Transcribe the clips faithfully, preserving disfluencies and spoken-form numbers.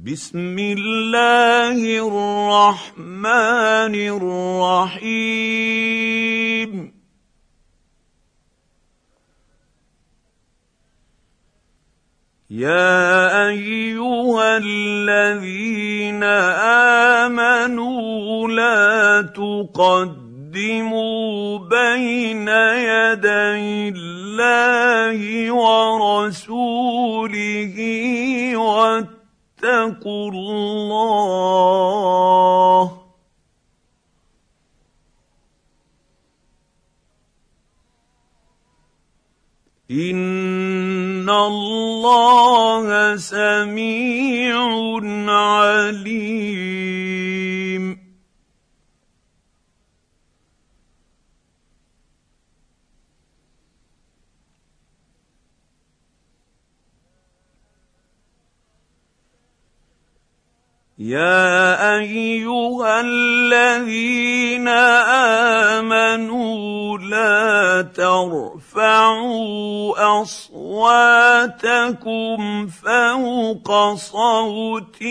بسم الله الرحمن الرحيم يا ايها الذين امنوا لا تقدموا بين يدي الله ورسوله واتقوا الله إن الله سميع عليم يا ايها الذين امنوا لا ترفعوا اصواتكم فوق صوت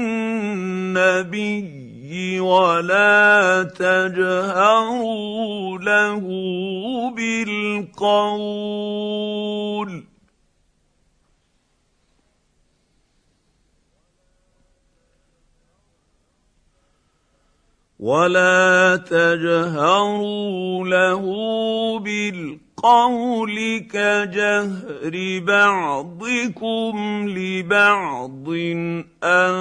النبي ولا تجهروا له بالقول ولا تجهروا له بالقول كجهر بعضكم لبعض أن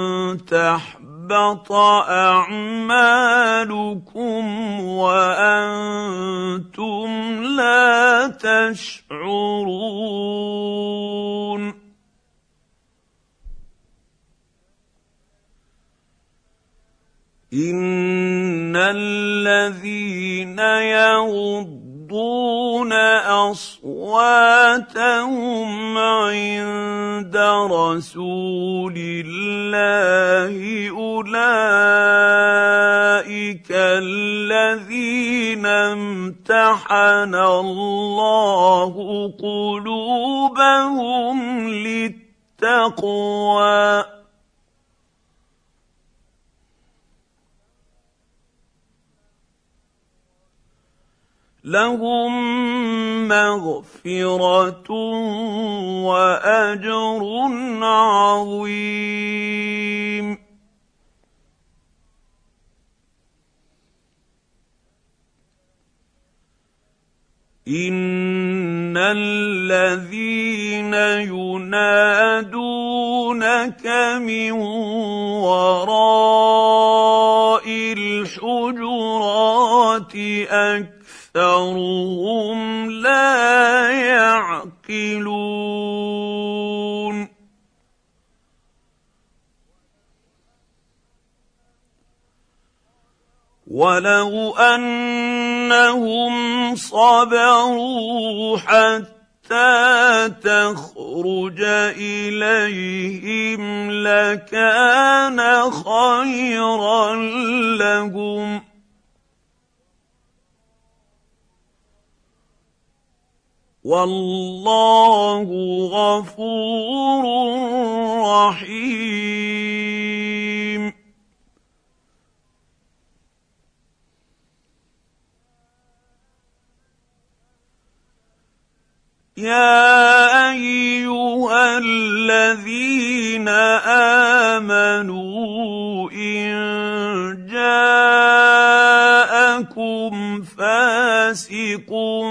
تحبط أعمالكم وأنتم لا تشعرون إن الذين يغضون أصواتهم عند رسول الله أولئك الذين امتحن الله قلوبهم للتقوى لهم مغفرة وأجر عظيم إن الذين ينادونك من وراء الحجرات أكثر أكثرهم لا يعقلون ولو أنهم صبروا حتى تخرج إليهم لكان خيرا لهم والله غفور رحيم يا ايها الذين امنوا ان جاءكم فاسق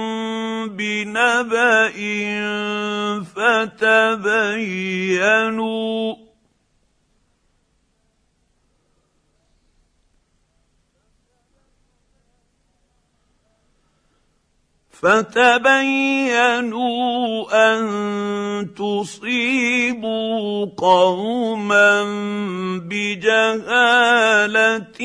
بنبأ فتبينوا فتبينوا أن تصيبوا قوما بجهالة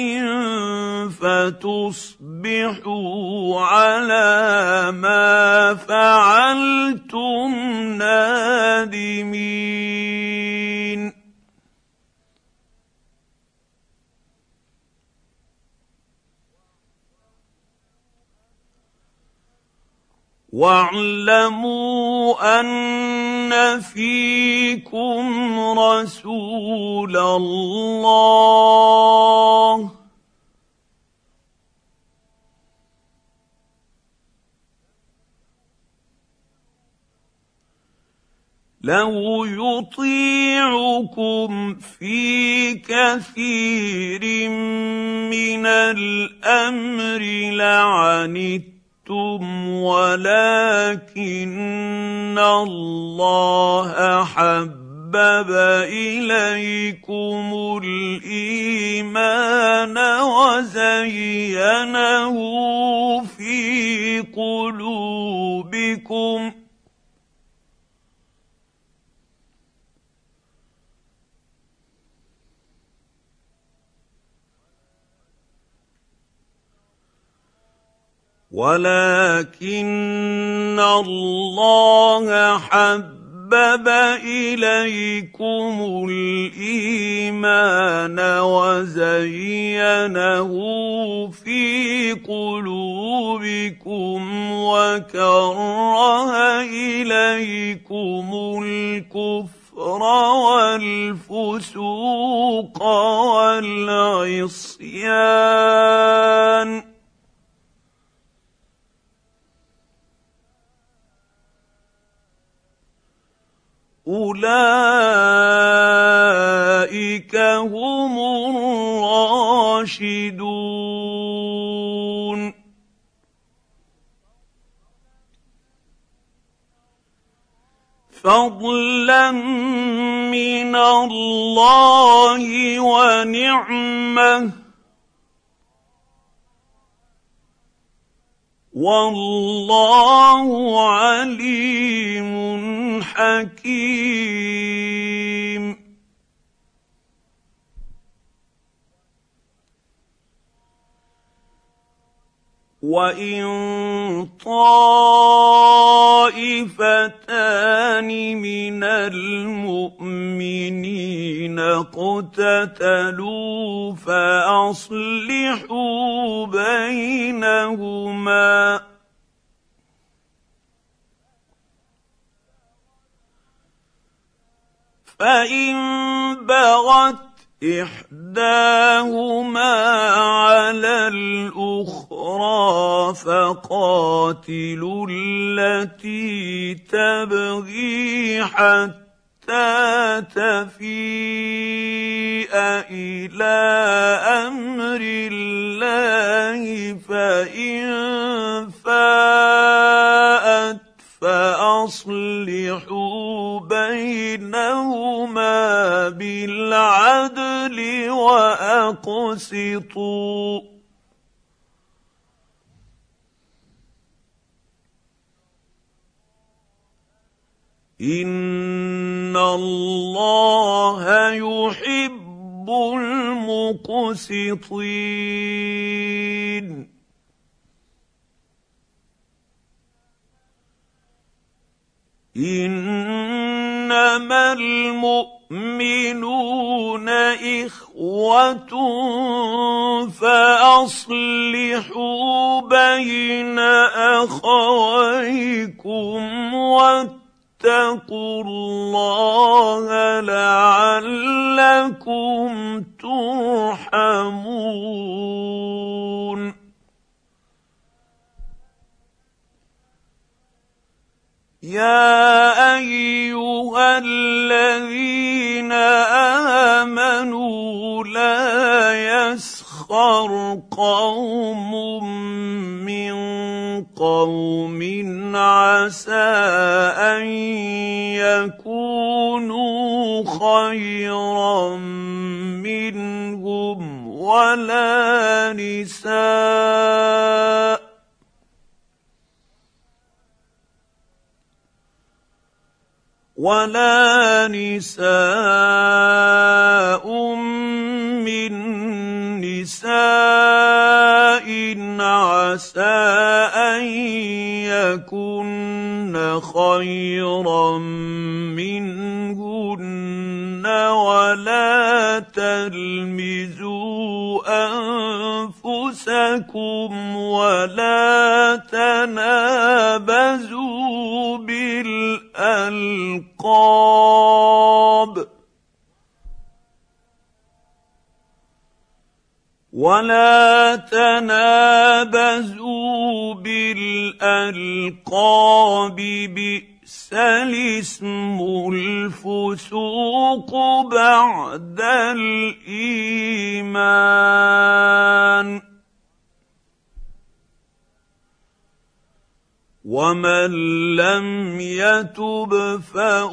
فتصبحوا على ما فعلتم نادمين واعلموا ان فيكم رسول الله لو يطيعكم في كثير من الامر لعنتم ولكن الله حبب اليكم الايمان وزينه في قلوبكم ولكن الله حبب اليكم الايمان وزينه في قلوبكم وكره اليكم الكفر والفسوق والعصيان أولئك هم الراشدون فضلا من الله ونعمه والله عليم حكيم وإن طائفتان من المؤمنين اقتتلوا فأصلحوا بينهما فإن بغت إحداهما على الأخرى فقاتلوا التي تبغي حتى تفيء إلى أمر الله فإن فاءت فأصلحوا بينهما بالعدل وأقسطوا إن الله يحب المقسطين إنما المؤمنون إخوة فأصلحوا بين أخويكم واتقوا الله لعلكم ترحمون يا أيها الذين آمنوا لا يسخر قوم من قوم عسى أن يكونوا خيرا منهم ولا نساء ولا نساء من نساء عسى أن يكن خيرا منهن ولا تلمزوا أنفسكم ولا تنابزوا بالألقاب ولا تنابزوا بالألقاب بئس الاسم الفسوق بعد الإيمان ومن لم يتب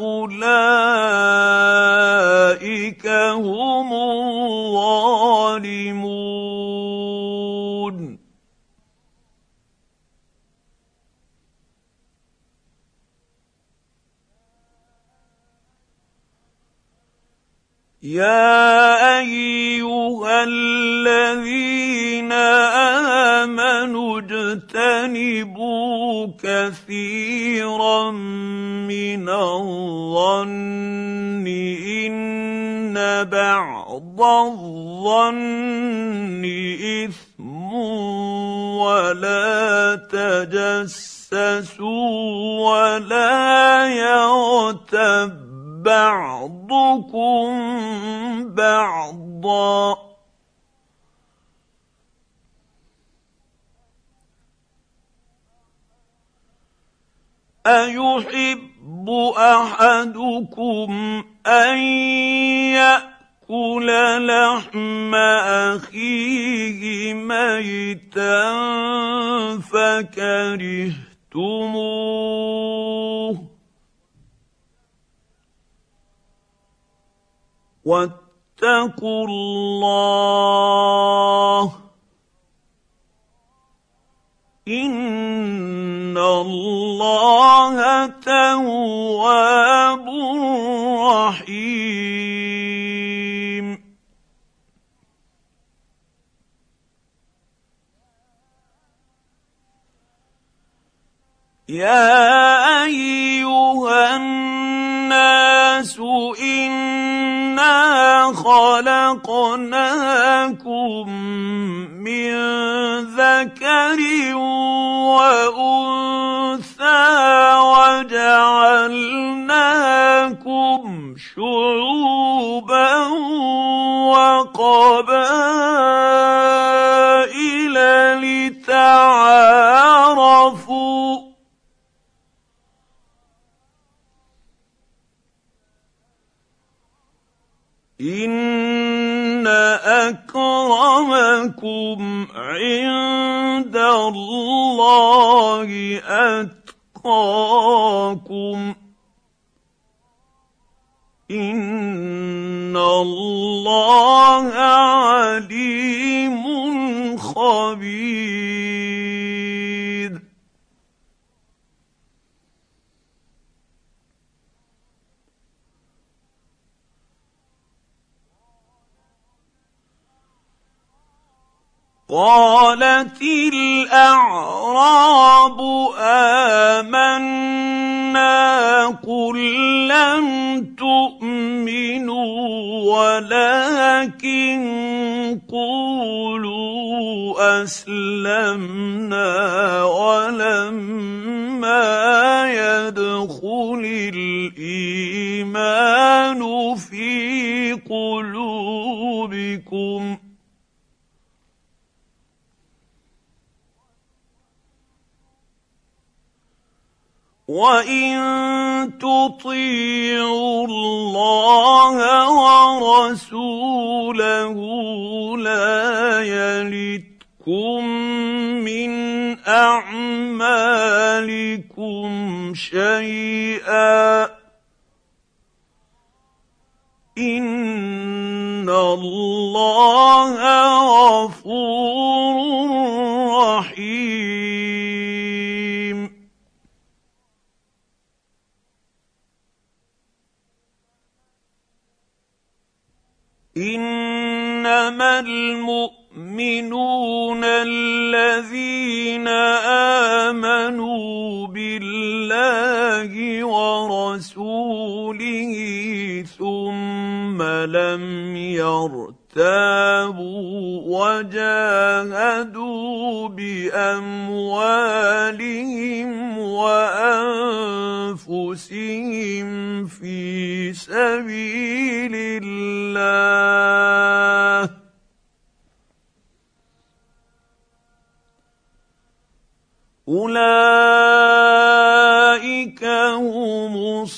فأولئك هم الظالمون يا أيها الذين آمنوا اجتنبوا كثيرا من الظن إن بعض الظن إثم ولا تجسسوا ولا يغتب بعضكم بعضا أيحب أحدكم أن يأكل لحم أخيه ميتا فكرهتموه واتقوا الله إن الله تواب رحيم يا أيها الناس إنا خلقناكم من ذكر وأنثى وجعلناكم شعوبا وقبائل لتعارفوا إن أكرمكم عند الله أتقاكم إن الله عليم خبير قالت الأعراب آمنا قل لم تؤمنوا ولكن قولوا أسلمنا ولما يدخل الإيمان في قلوبكم وَإِن تُطِيعُوا اللَّهَ وَرَسُولَهُ لَا يَلِتْكُم مِّنْ أَعْمَالِكُمْ شَيْئًا إِنَّ اللَّهَ غَفُورٌ رَّحِيمٌ إنما المؤمنون الذين آمنوا بالله ورسوله ثم ثم لم يرتابوا وجاهدوا باموالهم وانفسهم في سبيل الله اولئك هم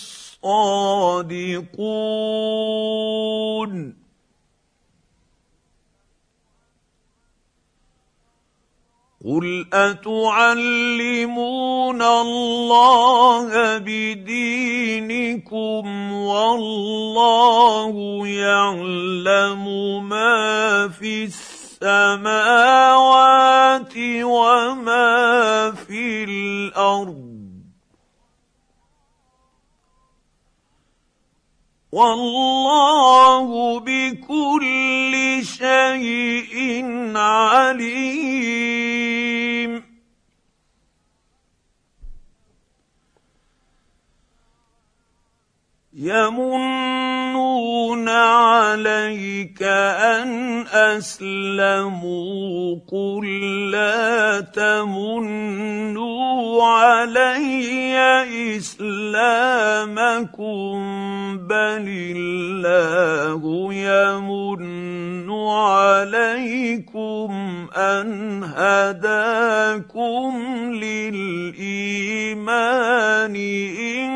الصادقون. قل اتعلمون الله بدينكم والله يعلم ما في السماوات وما في الارض والله بكل شيء عليم. يمنون عليك أن أسلموا قل لا تمنوا علي إسلامكم بل الله يمن عليكم أن هداكم للإيمان إن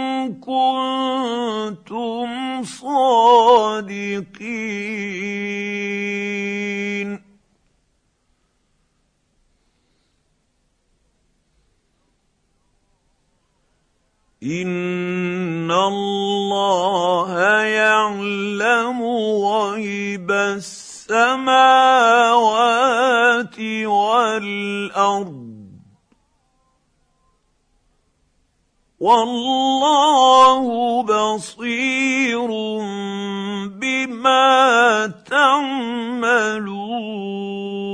كنتم صادقين. إن الله يعلم غيب السماوات والأرض والله بصير بما تعملون.